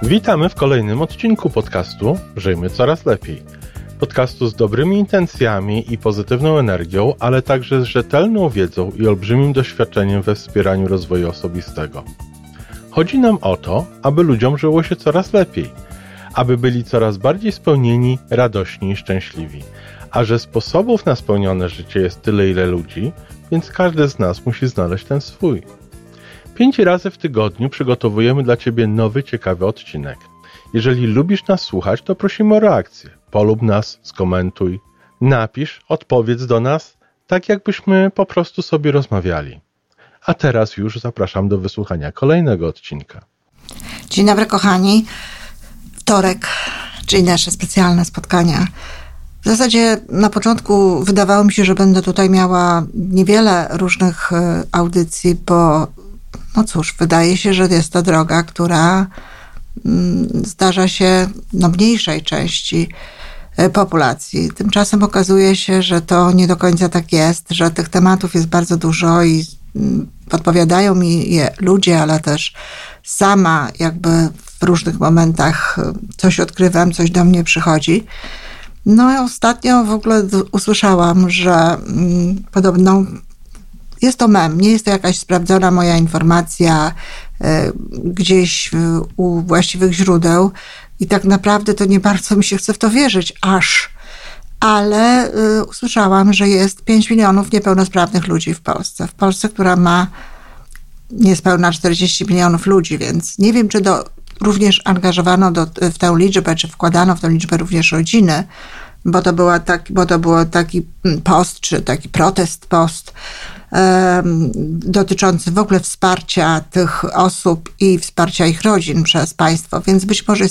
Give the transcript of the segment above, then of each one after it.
Witamy w kolejnym odcinku podcastu Żyjmy Coraz Lepiej. Podcastu z dobrymi intencjami i pozytywną energią, ale także z rzetelną wiedzą i olbrzymim doświadczeniem we wspieraniu rozwoju osobistego. Chodzi nam o to, aby ludziom żyło się coraz lepiej, aby byli coraz bardziej spełnieni, radośni i szczęśliwi. A że sposobów na spełnione życie jest tyle, ile ludzi, więc każdy z nas musi znaleźć ten swój. 5 razy w tygodniu przygotowujemy dla Ciebie nowy, ciekawy odcinek. Jeżeli lubisz nas słuchać, to prosimy o reakcję. Polub nas, skomentuj, napisz, odpowiedz do nas, tak jakbyśmy po prostu sobie rozmawiali. A teraz już zapraszam do wysłuchania kolejnego odcinka. Dzień dobry kochani. Wtorek, czyli nasze specjalne spotkania. W zasadzie na początku wydawało mi się, że będę tutaj miała niewiele różnych audycji, bo no cóż, wydaje się, że jest to droga, która zdarza się mniejszej części populacji. Tymczasem okazuje się, że to nie do końca tak jest, że tych tematów jest bardzo dużo i podpowiadają mi je ludzie, ale też sama jakby w różnych momentach coś odkrywam, coś do mnie przychodzi. No i ostatnio w ogóle usłyszałam, że podobno jest to mem, nie jest to jakaś sprawdzona moja informacja gdzieś u właściwych źródeł i tak naprawdę to nie bardzo mi się chce w to wierzyć, ale usłyszałam, że jest 5 milionów niepełnosprawnych ludzi w Polsce. W Polsce, która ma niespełna 40 milionów ludzi, więc nie wiem, czy również angażowano w tę liczbę, czy wkładano w tę liczbę również rodziny, bo to był taki post, czy taki protest post dotyczący w ogóle wsparcia tych osób i wsparcia ich rodzin przez państwo, więc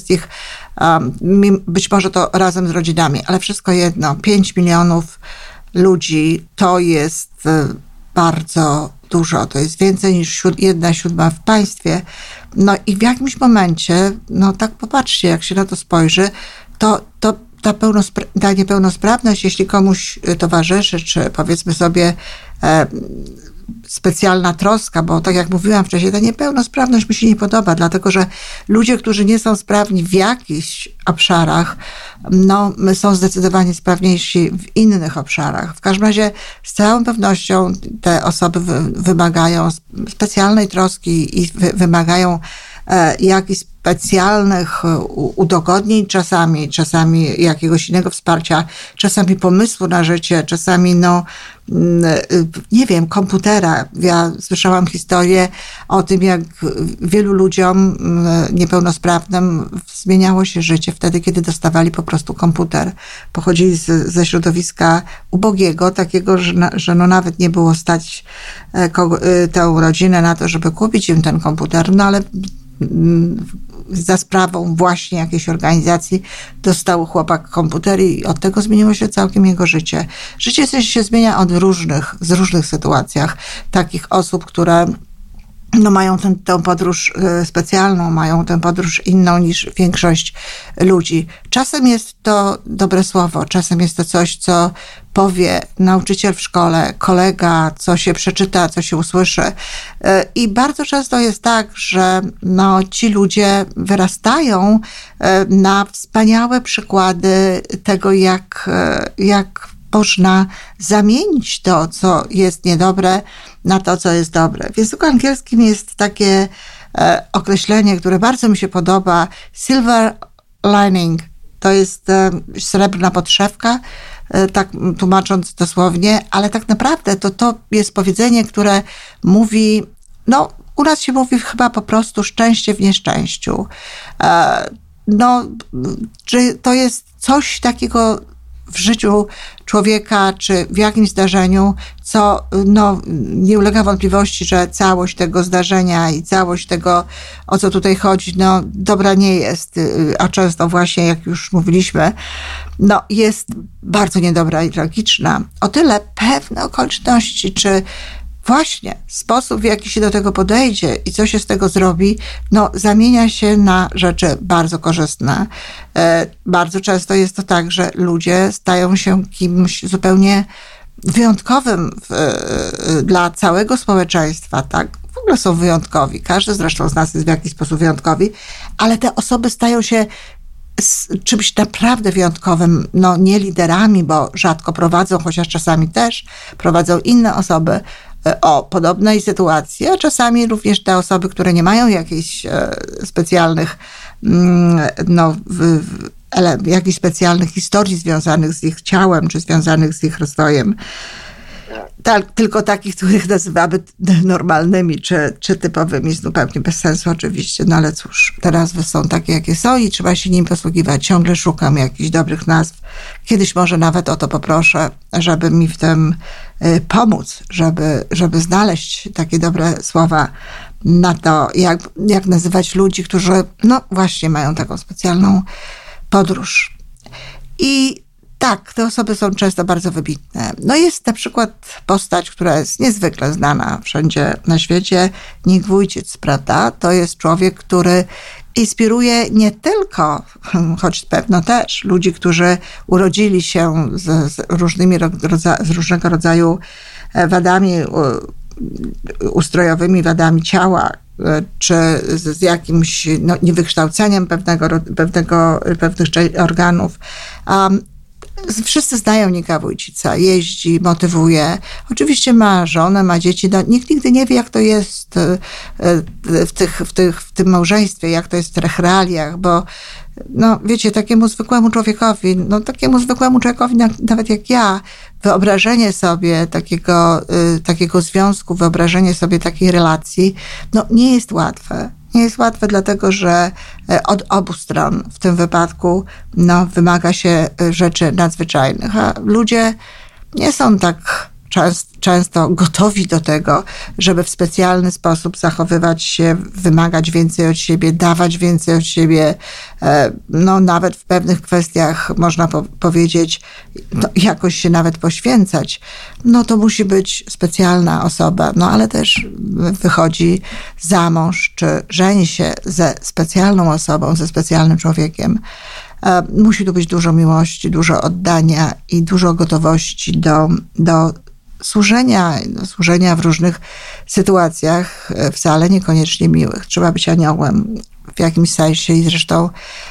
być może to razem z rodzinami, ale wszystko jedno, 5 milionów ludzi to jest bardzo dużo, to jest więcej niż 1/7 w państwie. No i w jakimś momencie, no tak popatrzcie, jak się na to spojrzy, to ta niepełnosprawność, jeśli komuś towarzyszy, czy powiedzmy sobie specjalna troska, bo tak jak mówiłam wcześniej, ta niepełnosprawność mi się nie podoba, dlatego że ludzie, którzy nie są sprawni w jakichś obszarach, no są zdecydowanie sprawniejsi w innych obszarach. W każdym razie z całą pewnością te osoby wymagają specjalnej troski i wymagają jakichś specjalnych udogodnień czasami jakiegoś innego wsparcia, czasami pomysłu na życie, czasami nie wiem, komputera. Ja słyszałam historię o tym, jak wielu ludziom niepełnosprawnym zmieniało się życie wtedy, kiedy dostawali po prostu komputer. Pochodzili ze środowiska ubogiego, takiego, że nawet nie było stać tę rodzinę na to, żeby kupić im ten komputer, no ale za sprawą właśnie jakiejś organizacji dostał chłopak komputer i od tego zmieniło się całkiem jego życie. Życie się zmienia z różnych sytuacjach. Takich osób, które mają tę podróż specjalną, mają tę podróż inną niż większość ludzi. Czasem jest to dobre słowo, czasem jest to coś, co powie nauczyciel w szkole, kolega, co się przeczyta, co się usłyszy. I bardzo często jest tak, że ci ludzie wyrastają na wspaniałe przykłady tego, jak można zamienić to, co jest niedobre, na to, co jest dobre. W języku angielskim jest takie określenie, które bardzo mi się podoba. Silver lining. To jest srebrna podszewka, tak tłumacząc dosłownie, ale tak naprawdę to jest powiedzenie, które mówi, u nas się mówi chyba po prostu szczęście w nieszczęściu. Czy to jest coś takiego w życiu człowieka, czy w jakimś zdarzeniu, co nie ulega wątpliwości, że całość tego zdarzenia i całość tego, o co tutaj chodzi, dobra nie jest, a często właśnie, jak już mówiliśmy, jest bardzo niedobra i tragiczna. O tyle pewne okoliczności, czy właśnie sposób, w jaki się do tego podejdzie i co się z tego zrobi, zamienia się na rzeczy bardzo korzystne. Bardzo często jest to tak, że ludzie stają się kimś zupełnie wyjątkowym dla całego społeczeństwa, tak? W ogóle są wyjątkowi. Każdy zresztą z nas jest w jakiś sposób wyjątkowy, ale te osoby stają się czymś naprawdę wyjątkowym, no nie liderami, bo rzadko prowadzą, chociaż czasami też prowadzą inne osoby o podobnej sytuacji, a czasami również te osoby, które nie mają jakichś specjalnych, jakichś specjalnych historii związanych z ich ciałem, czy związanych z ich rozwojem. Tak, tylko takich, których nazywamy normalnymi, czy typowymi, zupełnie bez sensu oczywiście, no ale cóż, teraz są takie, jakie są i trzeba się nim posługiwać. Ciągle szukam jakichś dobrych nazw. Kiedyś może nawet o to poproszę, żeby mi w tym pomóc, żeby znaleźć takie dobre słowa na to, jak nazywać ludzi, którzy no właśnie mają taką specjalną podróż. I tak, te osoby są często bardzo wybitne. No jest na przykład postać, która jest niezwykle znana wszędzie na świecie, Nick Wójcik, prawda? To jest człowiek, który inspiruje nie tylko, choć pewno też, ludzi, którzy urodzili się z różnego rodzaju wadami ustrojowymi, wadami ciała, czy z jakimś niewykształceniem pewnych organów. Wszyscy znają Nicka Wójcika, jeździ, motywuje. Oczywiście ma żonę, ma dzieci. No, nikt nigdy nie wie, jak to jest w tym małżeństwie, jak to jest w tych realiach, bo no wiecie, takiemu zwykłemu człowiekowi, nawet jak ja, wyobrażenie sobie takiego związku, wyobrażenie sobie takiej relacji, no nie jest łatwe. Nie jest łatwe, dlatego że od obu stron w tym wypadku wymaga się rzeczy nadzwyczajnych, a ludzie nie są tak często gotowi do tego, żeby w specjalny sposób zachowywać się, wymagać więcej od siebie, dawać więcej od siebie, nawet w pewnych kwestiach można powiedzieć, jakoś się nawet poświęcać. To musi być specjalna osoba, ale też wychodzi za mąż, czy żeni się ze specjalną osobą, ze specjalnym człowiekiem. Musi tu być dużo miłości, dużo oddania i dużo gotowości do służenia w różnych sytuacjach, wcale niekoniecznie miłych. Trzeba być aniołem w jakimś sensie i zresztą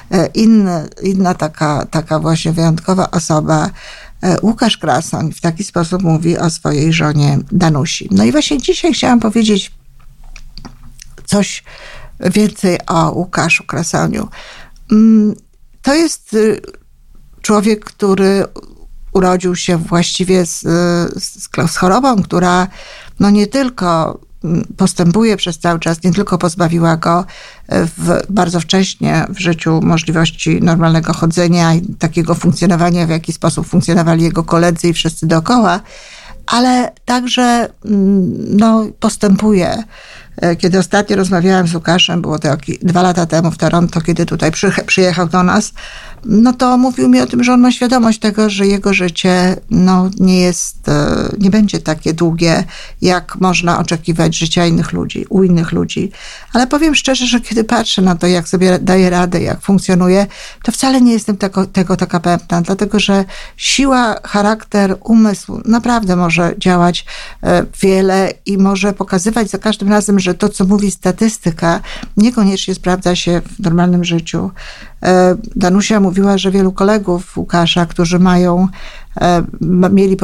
inna taka właśnie wyjątkowa osoba, Łukasz Krasoń, w taki sposób mówi o swojej żonie Danusi. I właśnie dzisiaj chciałam powiedzieć coś więcej o Łukaszu Krasoniu. To jest człowiek, który urodził się właściwie z chorobą, która nie tylko postępuje przez cały czas, nie tylko pozbawiła go bardzo wcześnie w życiu możliwości normalnego chodzenia i takiego funkcjonowania, w jaki sposób funkcjonowali jego koledzy i wszyscy dookoła, ale także postępuje. Kiedy ostatnio rozmawiałam z Łukaszem, było to 2 lata temu w Toronto, kiedy tutaj przyjechał do nas, to mówił mi o tym, że on ma świadomość tego, że jego życie nie będzie takie długie, jak można oczekiwać życia u innych ludzi. Ale powiem szczerze, że kiedy patrzę na to, jak sobie daje radę, jak funkcjonuje, to wcale nie jestem tego taka pewna, dlatego że siła, charakter, umysł naprawdę może działać wiele i może pokazywać za każdym razem, że to, co mówi statystyka, niekoniecznie sprawdza się w normalnym życiu. Danusia mówiła, że wielu kolegów Łukasza, którzy byli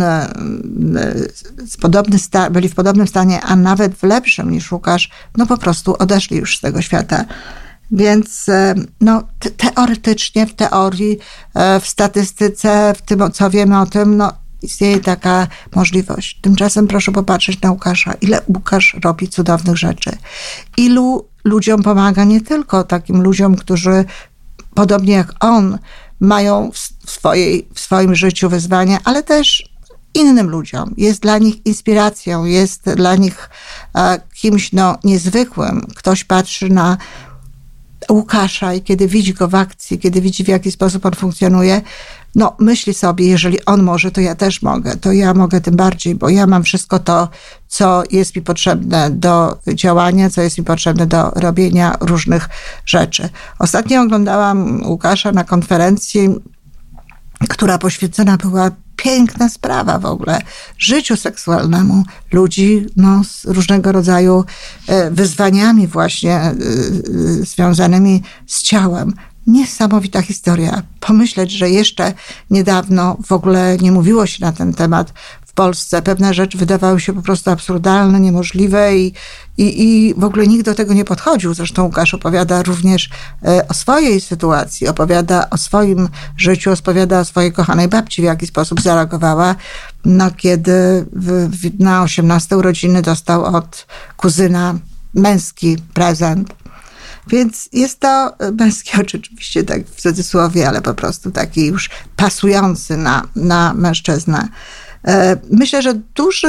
w podobnym stanie, a nawet w lepszym niż Łukasz, po prostu odeszli już z tego świata. Więc teoretycznie, w teorii, w statystyce, w tym, co wiemy o tym, istnieje taka możliwość. Tymczasem proszę popatrzeć na Łukasza. Ile Łukasz robi cudownych rzeczy. Ilu ludziom pomaga, nie tylko takim ludziom, którzy podobnie jak on mają w swoim życiu wyzwania, ale też innym ludziom. Jest dla nich inspiracją, jest dla nich kimś niezwykłym. Ktoś patrzy na Łukasza i kiedy widzi go w akcji, kiedy widzi, w jaki sposób on funkcjonuje, myśli sobie, jeżeli on może, to ja też mogę. To ja mogę tym bardziej, bo ja mam wszystko to, co jest mi potrzebne do działania, co jest mi potrzebne do robienia różnych rzeczy. Ostatnio oglądałam Łukasza na konferencji, która poświęcona była piękna sprawa w ogóle. Życiu seksualnemu ludzi z różnego rodzaju wyzwaniami właśnie związanymi z ciałem. Niesamowita historia. Pomyśleć, że jeszcze niedawno w ogóle nie mówiło się na ten temat w Polsce. Pewne rzeczy wydawały się po prostu absurdalne, niemożliwe i w ogóle nikt do tego nie podchodził. Zresztą Łukasz opowiada również o swojej sytuacji, opowiada o swoim życiu, opowiada o swojej kochanej babci, w jaki sposób zareagowała, kiedy na 18 urodziny dostał od kuzyna męski prezent. Więc jest to męski oczywiście tak w cudzysłowie, ale po prostu taki już pasujący na mężczyznę. Myślę, że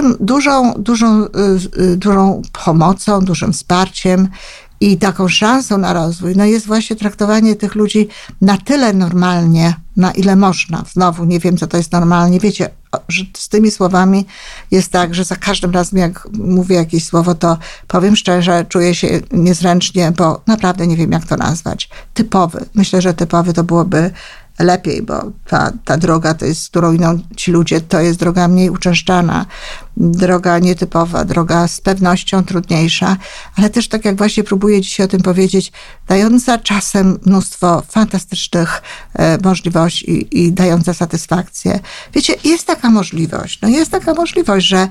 dużą pomocą, dużym wsparciem i taką szansą na rozwój jest właśnie traktowanie tych ludzi na tyle normalnie, na ile można. Znowu nie wiem, co to jest normalnie. Wiecie, że z tymi słowami jest tak, że za każdym razem, jak mówię jakieś słowo, to powiem szczerze, czuję się niezręcznie, bo naprawdę nie wiem, jak to nazwać. Typowy. Myślę, że typowy to byłoby lepiej, bo ta droga, to jest, którą idą ci ludzie, to jest droga mniej uczęszczana, droga nietypowa, droga z pewnością trudniejsza, ale też tak jak właśnie próbuję dzisiaj o tym powiedzieć, dająca czasem mnóstwo fantastycznych możliwości i dająca satysfakcję. Wiecie, jest taka możliwość, że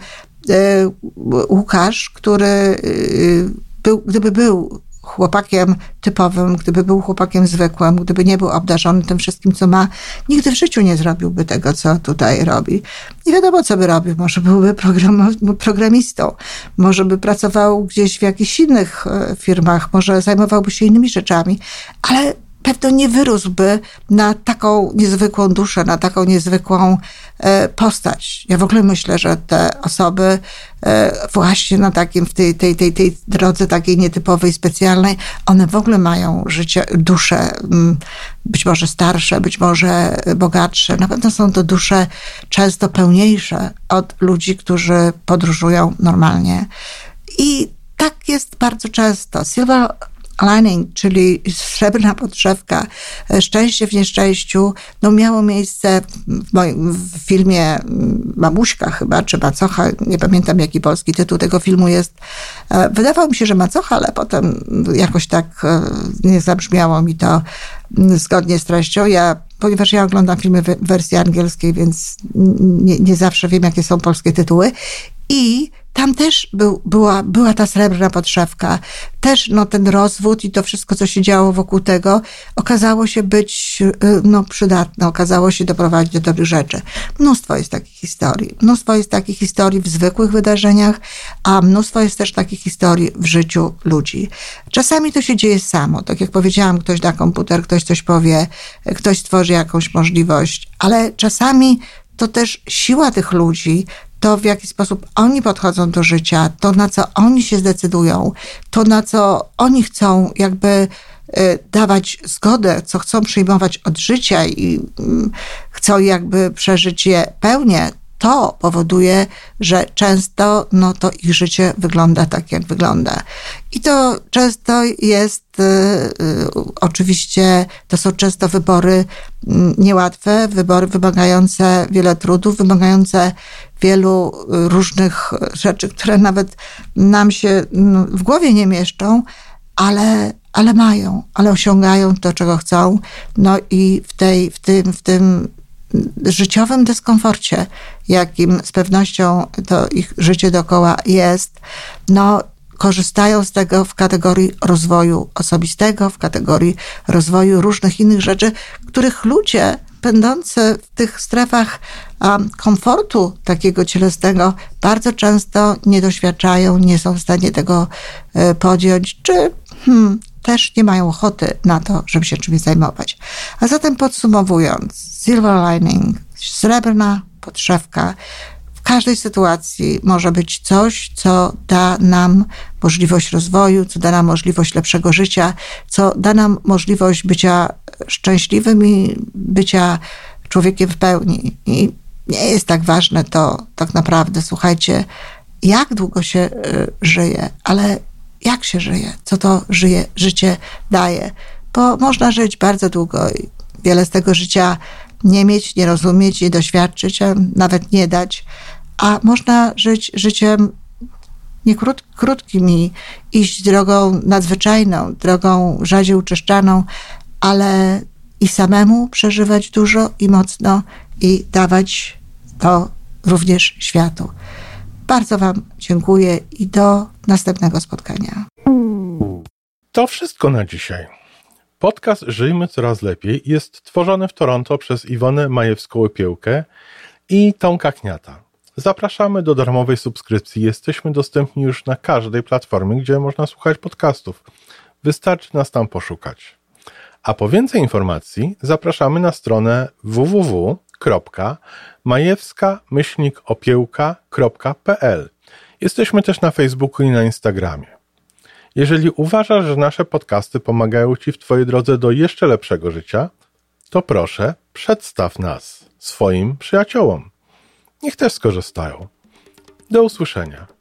Łukasz, który gdyby był chłopakiem typowym, gdyby był chłopakiem zwykłym, gdyby nie był obdarzony tym wszystkim, co ma, nigdy w życiu nie zrobiłby tego, co tutaj robi. Nie wiadomo, co by robił. Może byłby programistą, może by pracował gdzieś w jakichś innych firmach, może zajmowałby się innymi rzeczami, ale pewno nie wyrósłby na taką niezwykłą duszę, na taką niezwykłą postać. Ja w ogóle myślę, że te osoby właśnie na takim, w tej drodze takiej nietypowej, specjalnej, one w ogóle mają życie, dusze, być może starsze, być może bogatsze. Na pewno są to dusze często pełniejsze od ludzi, którzy podróżują normalnie. I tak jest bardzo często. Silver lining, czyli srebrna podszewka, szczęście w nieszczęściu, miało miejsce w filmie Mamuśka chyba, czy Macocha, nie pamiętam jaki polski tytuł tego filmu jest. Wydawało mi się, że Macocha, ale potem jakoś tak nie zabrzmiało mi to zgodnie z treścią. Ponieważ ja oglądam filmy w wersji angielskiej, więc nie zawsze wiem, jakie są polskie tytuły. I tam też była ta srebrna podszewka. Też ten rozwód i to wszystko, co się działo wokół tego, okazało się być przydatne, okazało się doprowadzić do dobrych rzeczy. Mnóstwo jest takich historii. Mnóstwo jest takich historii w zwykłych wydarzeniach, a mnóstwo jest też takich historii w życiu ludzi. Czasami to się dzieje samo. Tak jak powiedziałam, ktoś da komputer, ktoś coś powie, ktoś stworzy jakąś możliwość, ale czasami to też siła tych ludzi, to w jaki sposób oni podchodzą do życia, to na co oni się zdecydują, to na co oni chcą jakby dawać zgodę, co chcą przyjmować od życia i chcą jakby przeżyć je pełnie, to powoduje, że często to ich życie wygląda tak, jak wygląda. I to często jest, oczywiście, to są często wybory niełatwe, wybory wymagające wiele trudów, wymagające wielu różnych rzeczy, które nawet nam się w głowie nie mieszczą, ale osiągają to, czego chcą. I w tym życiowym dyskomforcie, jakim z pewnością to ich życie dookoła jest, korzystają z tego w kategorii rozwoju osobistego, w kategorii rozwoju różnych innych rzeczy, których ludzie będący w tych strefach komfortu takiego cielesnego bardzo często nie doświadczają, nie są w stanie tego podjąć, czy też nie mają ochoty na to, żeby się czymś zajmować. A zatem podsumowując, silver lining, srebrna podszewka, w każdej sytuacji może być coś, co da nam możliwość rozwoju, co da nam możliwość lepszego życia, co da nam możliwość bycia szczęśliwym i bycia człowiekiem w pełni. I nie jest tak ważne to tak naprawdę, słuchajcie, jak długo się żyje, ale jak się żyje, co to życie daje. Bo można żyć bardzo długo i wiele z tego życia nie mieć, nie rozumieć, nie doświadczyć, a nawet nie dać. A można żyć życiem nie krótkim i iść drogą nadzwyczajną, drogą rzadziej uczeszczaną, ale i samemu przeżywać dużo i mocno i dawać to również światu. Bardzo Wam dziękuję i do następnego spotkania. To wszystko na dzisiaj. Podcast Żyjmy Coraz Lepiej jest tworzony w Toronto przez Iwonę Majewską-Opiełkę i Tomka Kniata. Zapraszamy do darmowej subskrypcji. Jesteśmy dostępni już na każdej platformie, gdzie można słuchać podcastów. Wystarczy nas tam poszukać. A po więcej informacji zapraszamy na stronę www.majewska-opiełka.pl. Jesteśmy też na Facebooku i na Instagramie. Jeżeli uważasz, że nasze podcasty pomagają Ci w Twojej drodze do jeszcze lepszego życia, to proszę, przedstaw nas swoim przyjaciołom. Niech też skorzystają. Do usłyszenia.